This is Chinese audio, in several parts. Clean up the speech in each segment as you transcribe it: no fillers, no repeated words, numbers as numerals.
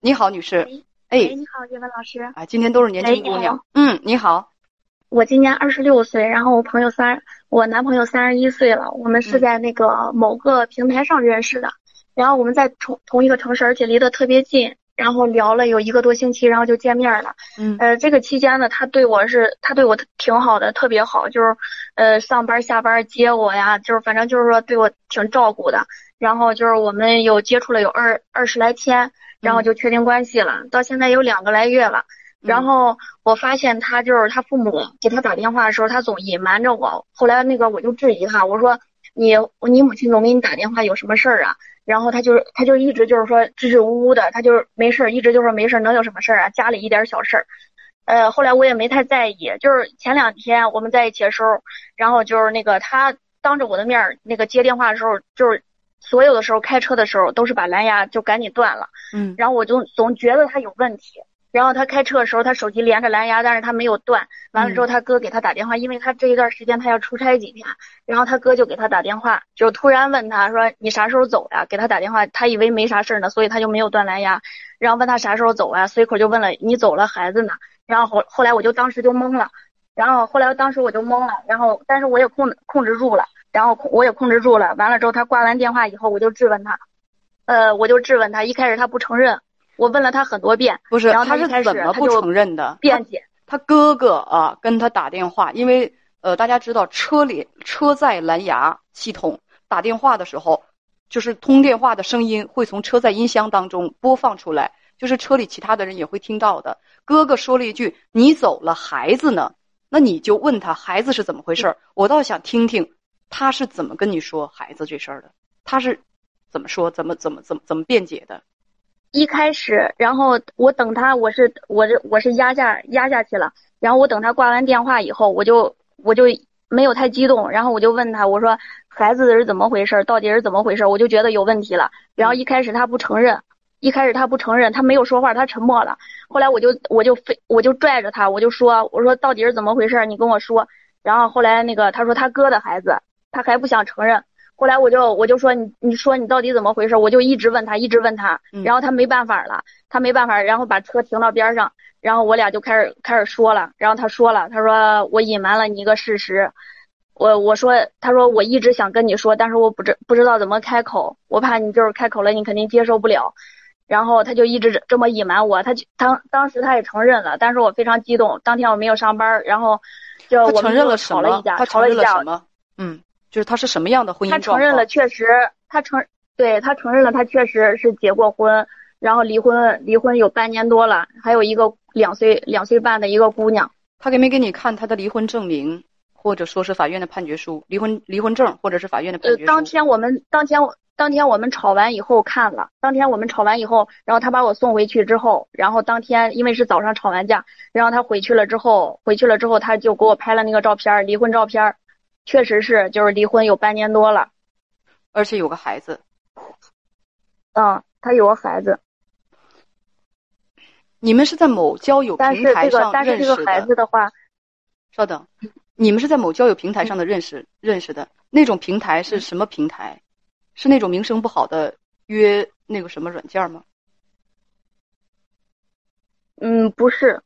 你好，女士。 喂， 哎， 你好，叶文老师。 啊，今天都是年轻姑娘。 你好。 你好。 我今年26岁，然后我男朋友31岁了。我们是嗯在那个某个平台上认识的，然后我们在同一个城市，而且离得特别近，然后聊了有1个多星期，然后就见面了。 嗯这个期间呢，他对我挺好的，特别好，就是上班下班接我呀，就是反正就是说对我挺照顾的。然后就是我们有接触了有20来天，然后嗯就确定关系了，到现在有2个来月了。然嗯后我发现他就是他父母给他打电话的时候，他总隐瞒着我。后来我就质疑他，我说你母亲总给你打电话有什么事儿啊？然后他就一直就是说支支吾吾的，他就是没事儿，一直就说没事儿，能有什么事儿啊？家里一点小事儿。后来我也没太在意，就是前2天我们在一起的时候，然后就是他当着我的面儿接电话的时候，就是所有的时候开车的时候都是把蓝牙就赶紧断了。 嗯然后我就总觉得他有问题。然后他开车的时候，他手机连着蓝牙，但是他没有断。完了之后， 嗯他哥给他打电话，因为他这一段时间他要出差几天，然后他哥就给他打电话，就突然问他说：“你啥时候走呀？”给他打电话，他以为没啥事儿呢，所以他就没有断蓝牙。然后问他啥时候走啊，随口就问了：“你走了，孩子呢？”然后后来我就当时就懵了，然后后来当时我就懵了，然后但是我也控制住了，然后我也控制住了。完了之后，他挂完电话以后，我就质问他，一开始他不承认。我问了他很多遍， 不是， 然后他是一开始怎么不承认的？ 辩解。 他哥哥啊跟他打电话，因为大家知道车载蓝牙系统打电话的时候，就是通电话的声音会从车载音箱当中播放出来，就是车里其他的人也会听到的。哥哥说了一句：“你走了，孩子呢？”那你就问他孩子是怎么回事。我倒想听听他是怎么跟你说孩子这事儿的，他是怎么说，怎么辩解的。 一开始，然后我等他，我是压下去了。然后我等他挂完电话以后，我就没有太激动。然后我就问他，我说孩子是怎么回事，到底是怎么回事？我就觉得有问题了。然后一开始他不承认，他没有说话，他沉默了。后来我就拽着他，我说到底是怎么回事？你跟我说。然后后来他说他哥的孩子，他还不想承认。后来我就说你说你到底怎么回事？我就一直问他，然后他没办法了，然后把车停到边上，然后我俩就开始说了。然后他说我隐瞒了你一个事实。他说我一直想跟你说，但是我不知道怎么开口，我怕你就是开口了你肯定接受不了。然后他就一直这么隐瞒我，当时他也承认了，但是我非常激动，当天我没有上班，然后就我们就吵了一架， 他承认了什么？就是他是什么样的婚姻状况？ 他承认了，确实，他承认了，他确实是结过婚，然后离婚有半年多了，还有一个2岁半的一个姑娘。 他没给你看他的离婚证明，或者说是法院的判决书，离婚证，或者是法院的判决书？ 当天我们吵完以后看了，然后他把我送回去之后，然后当天因为是早上吵完架，然后他回去了之后他就给我拍了那个照片，离婚照片。确实是，就是离婚有半年多了， 而且有个孩子。 他有个孩子。 你们是在某交友平台上但是这个孩子的话， 稍等，你们是在某交友平台上的认识的，那种平台是什么平台？是那种名声不好的约那个什么软件吗？ 不是，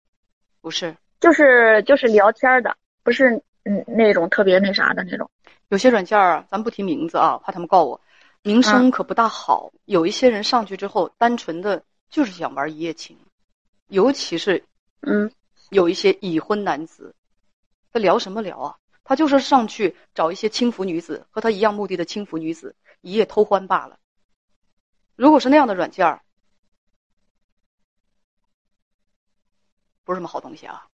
就是聊天的，不是。那种特别那啥的那种， 有些软件啊，咱不提名字啊，怕他们告我，名声可不大好。有一些人上去之后，单纯的就是想玩一夜情，尤其是有一些已婚男子，他聊什么聊啊？他就是上去找一些轻浮女子，和他一样目的的轻浮女子，一夜偷欢罢了。如果是那样的软件，不是什么好东西啊。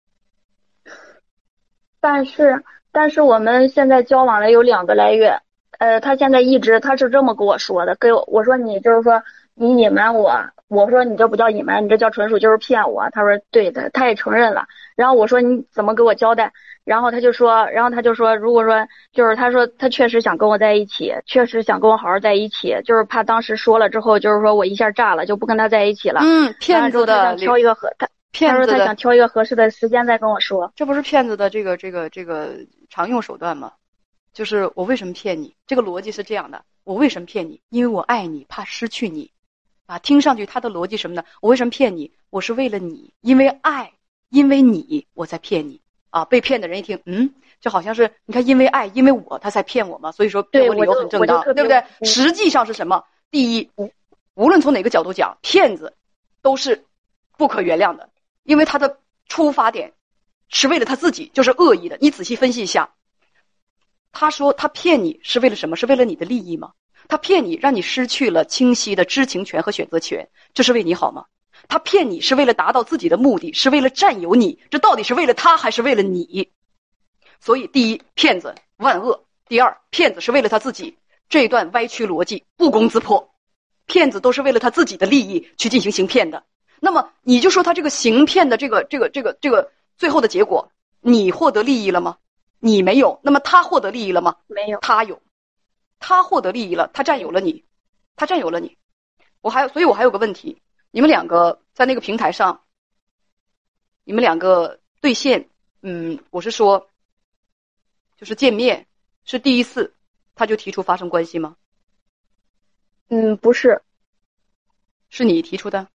但是我们现在交往了有2个来月，他现在他是这么跟我说的，我说你就是说你隐瞒我说你这不叫隐瞒，你这叫纯属就是骗我。他说对的，他也承认了。然后我说你怎么给我交代？然后他就说，如果说就是他说他确实想跟我在一起，确实想跟我好好在一起，就是怕当时说了之后，就是说我一下炸了，就不跟他在一起了。 骗子的， 他挑一个他说他想挑一个合适的时间再跟我说。 这不是骗子的这个常用手段吗？就是我为什么骗你？这个逻辑是这样的：我为什么骗你？因为我爱你，怕失去你。 啊，听上去他的逻辑什么呢？我为什么骗你？我是为了你，因为爱，因为你，我在骗你啊。被骗的人一听，就好像是你看，因为爱，因为我，他才骗我嘛。所以说骗我理由很正当，对不对？实际上是什么？第一，无论从哪个角度讲，骗子都是不可原谅的，因为他的出发点是为了他自己，就是恶意的。你仔细分析一下，他说他骗你是为了什么？是为了你的利益吗？他骗你，让你失去了清晰的知情权和选择权，这是为你好吗？他骗你是为了达到自己的目的，是为了占有你，这到底是为了他还是为了你？所以，第一，骗子万恶；第二，骗子是为了他自己。这一段歪曲逻辑，不攻自破。骗子都是为了他自己的利益去进行行骗的。那么，你就说他这个行骗的这个最后的结果，你获得利益了吗？你没有。那么他获得利益了吗？ 没有。 他有。他获得利益了，他占有了你，他占有了你。所以我还有个问题，你们两个在那个平台上，你们两个对线，我是说，就是见面是第一次，他就提出发生关系吗？ 不是， 是你提出的？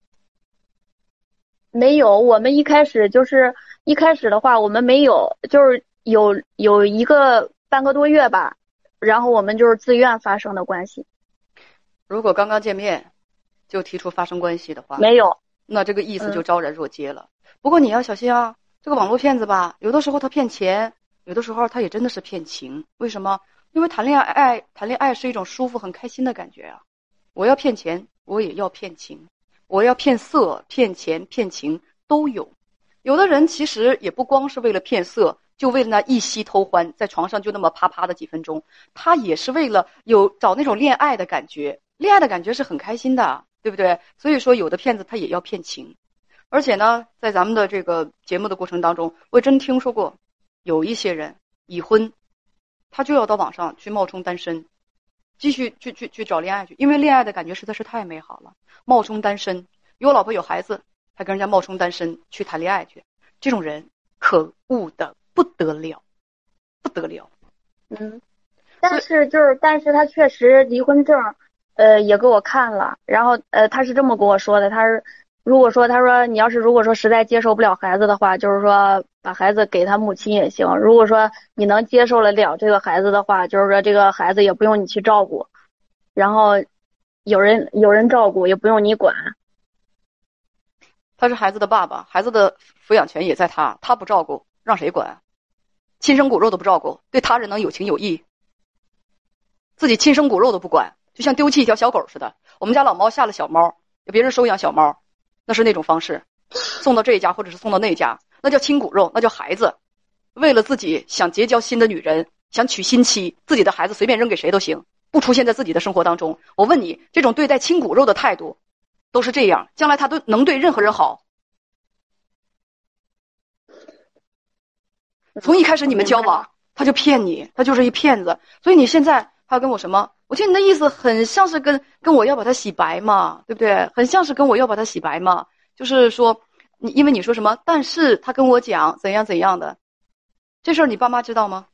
没有，我们一开始的话，我们没有，就是有一个半个多月吧。然后我们就是自愿发生的关系。 如果刚刚见面就提出发生关系的话， 没有， 那这个意思就昭然若揭了。不过你要小心啊，这个网络骗子吧，有的时候他骗钱，有的时候他也真的是骗情。为什么？因为谈恋爱是一种舒服很开心的感觉啊。我要骗钱，我也要骗情，我要骗色、骗钱、骗情都有。有的人其实也不光是为了骗色，就为了那一夕偷欢，在床上就那么啪啪的几分钟，他也是为了找那种恋爱的感觉，恋爱的感觉是很开心的，对不对？所以说有的骗子他也要骗情。而且呢，在咱们的这个节目的过程当中，我也真听说过有一些人已婚，他就要到网上去冒充单身，继续去找恋爱去，因为恋爱的感觉实在是太美好了。冒充单身，有老婆有孩子，还跟人家冒充单身去谈恋爱去，这种人可恶的不得了，不得了。 但是他确实离婚证，也给我看了，然后他是这么跟我说的，他说你要是如果说实在接受不了孩子的话，就是说把孩子给他母亲也行。如果说你能接受了这个孩子的话，就是说这个孩子也不用你去照顾，然后有人照顾也不用你管。 他是孩子的爸爸，孩子的抚养权也在他，他不照顾让谁管？亲生骨肉都不照顾，对他人能有情有义，自己亲生骨肉都不管，就像丢弃一条小狗似的。我们家老猫下了小猫，有别人收养小猫，那是那种方式，送到这一家或者是送到那一家，那叫亲骨肉，那叫孩子。为了自己想结交新的女人，想娶新妻，自己的孩子随便扔给谁都行，不出现在自己的生活当中。我问你，这种对待亲骨肉的态度都是这样，将来他都能对任何人好？从一开始你们交往，他就骗你，他就是一骗子。所以你现在他要跟我什么？我听你的意思很像是跟我要把他洗白嘛，对不对？很像是跟我要把他洗白嘛，就是说因为你说什么，但是他跟我讲怎样怎样的，这事儿你爸妈知道吗？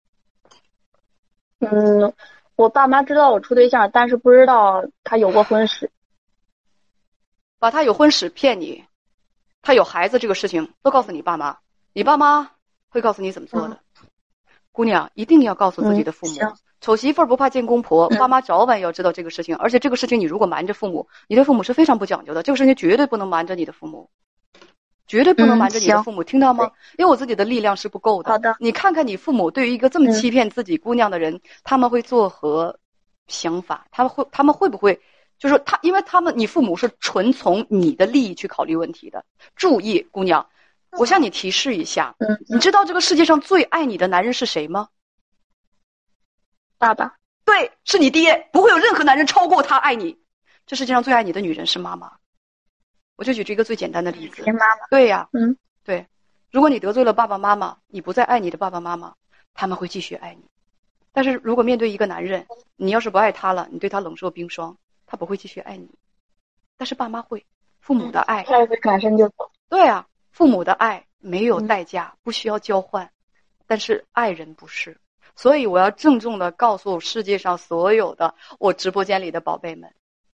我爸妈知道我处对象，但是不知道他有过婚史。 把他有婚史骗你，他有孩子这个事情都告诉你爸妈，你爸妈会告诉你怎么做的。姑娘一定要告诉自己的父母，丑媳妇儿不怕见公婆，爸妈早晚要知道这个事情。而且这个事情你如果瞒着父母，你对父母是非常不讲究的，这个事情绝对不能瞒着你的父母，绝对不能瞒着你的父母，听到吗？因为我自己的力量是不够的。 好的， 你看看你父母对于一个这么欺骗自己姑娘的人，他们会作何想法？他们会不会就是因为你父母是纯从你的利益去考虑问题的。注意，姑娘，我向你提示一下，你知道这个世界上最爱你的男人是谁吗？ 爸爸。 对，是你爹，不会有任何男人超过他爱你。这世界上最爱你的女人是妈妈。我就举这个最简单的例子。 妈妈。 对呀，对。如果你得罪了爸爸妈妈，你不再爱你的爸爸妈妈，他们会继续爱你。但是如果面对一个男人，你要是不爱他了，你对他冷若冰霜，他不会继续爱你。但是爸妈会，父母的爱， 他也会转身就走。 对啊，父母的爱没有代价，不需要交换，但是爱人不是。所以我要郑重的告诉世界上所有的我直播间里的宝贝们，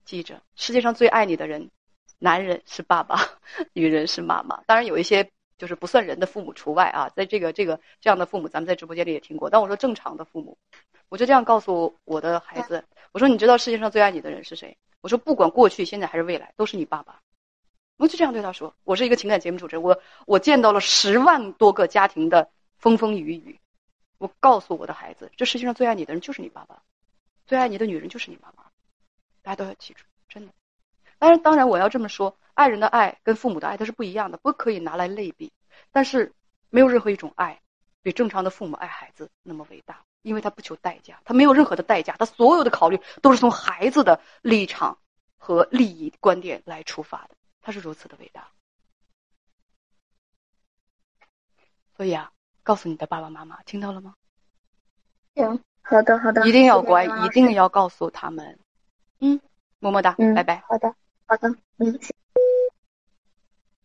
记着，世界上最爱你的人，男人是爸爸，女人是妈妈。当然有一些就是不算人的父母除外啊，在这样的父母，咱们在直播间里也听过。但我说正常的父母，我就这样告诉我的孩子，我说你知道世界上最爱你的人是谁？我说不管过去、现在还是未来，都是你爸爸。我就这样对他说。我是一个情感节目主持人，我见到了10万多个家庭的风风雨雨。我告诉我的孩子，这世界上最爱你的人就是你爸爸，最爱你的女人就是你妈妈。大家都要记住，真的。当然我要这么说，爱人的爱跟父母的爱它是不一样的，不可以拿来类比。但是没有任何一种爱比正常的父母爱孩子那么伟大，因为他不求代价，他没有任何的代价，他所有的考虑都是从孩子的立场和利益观点来出发的，他是如此的伟大。所以啊，告诉你的爸爸妈妈，听到了吗？ 行，好的好的， 一定要乖， 谢谢一定要告诉他们。么么哒，拜拜。 好的好的，行。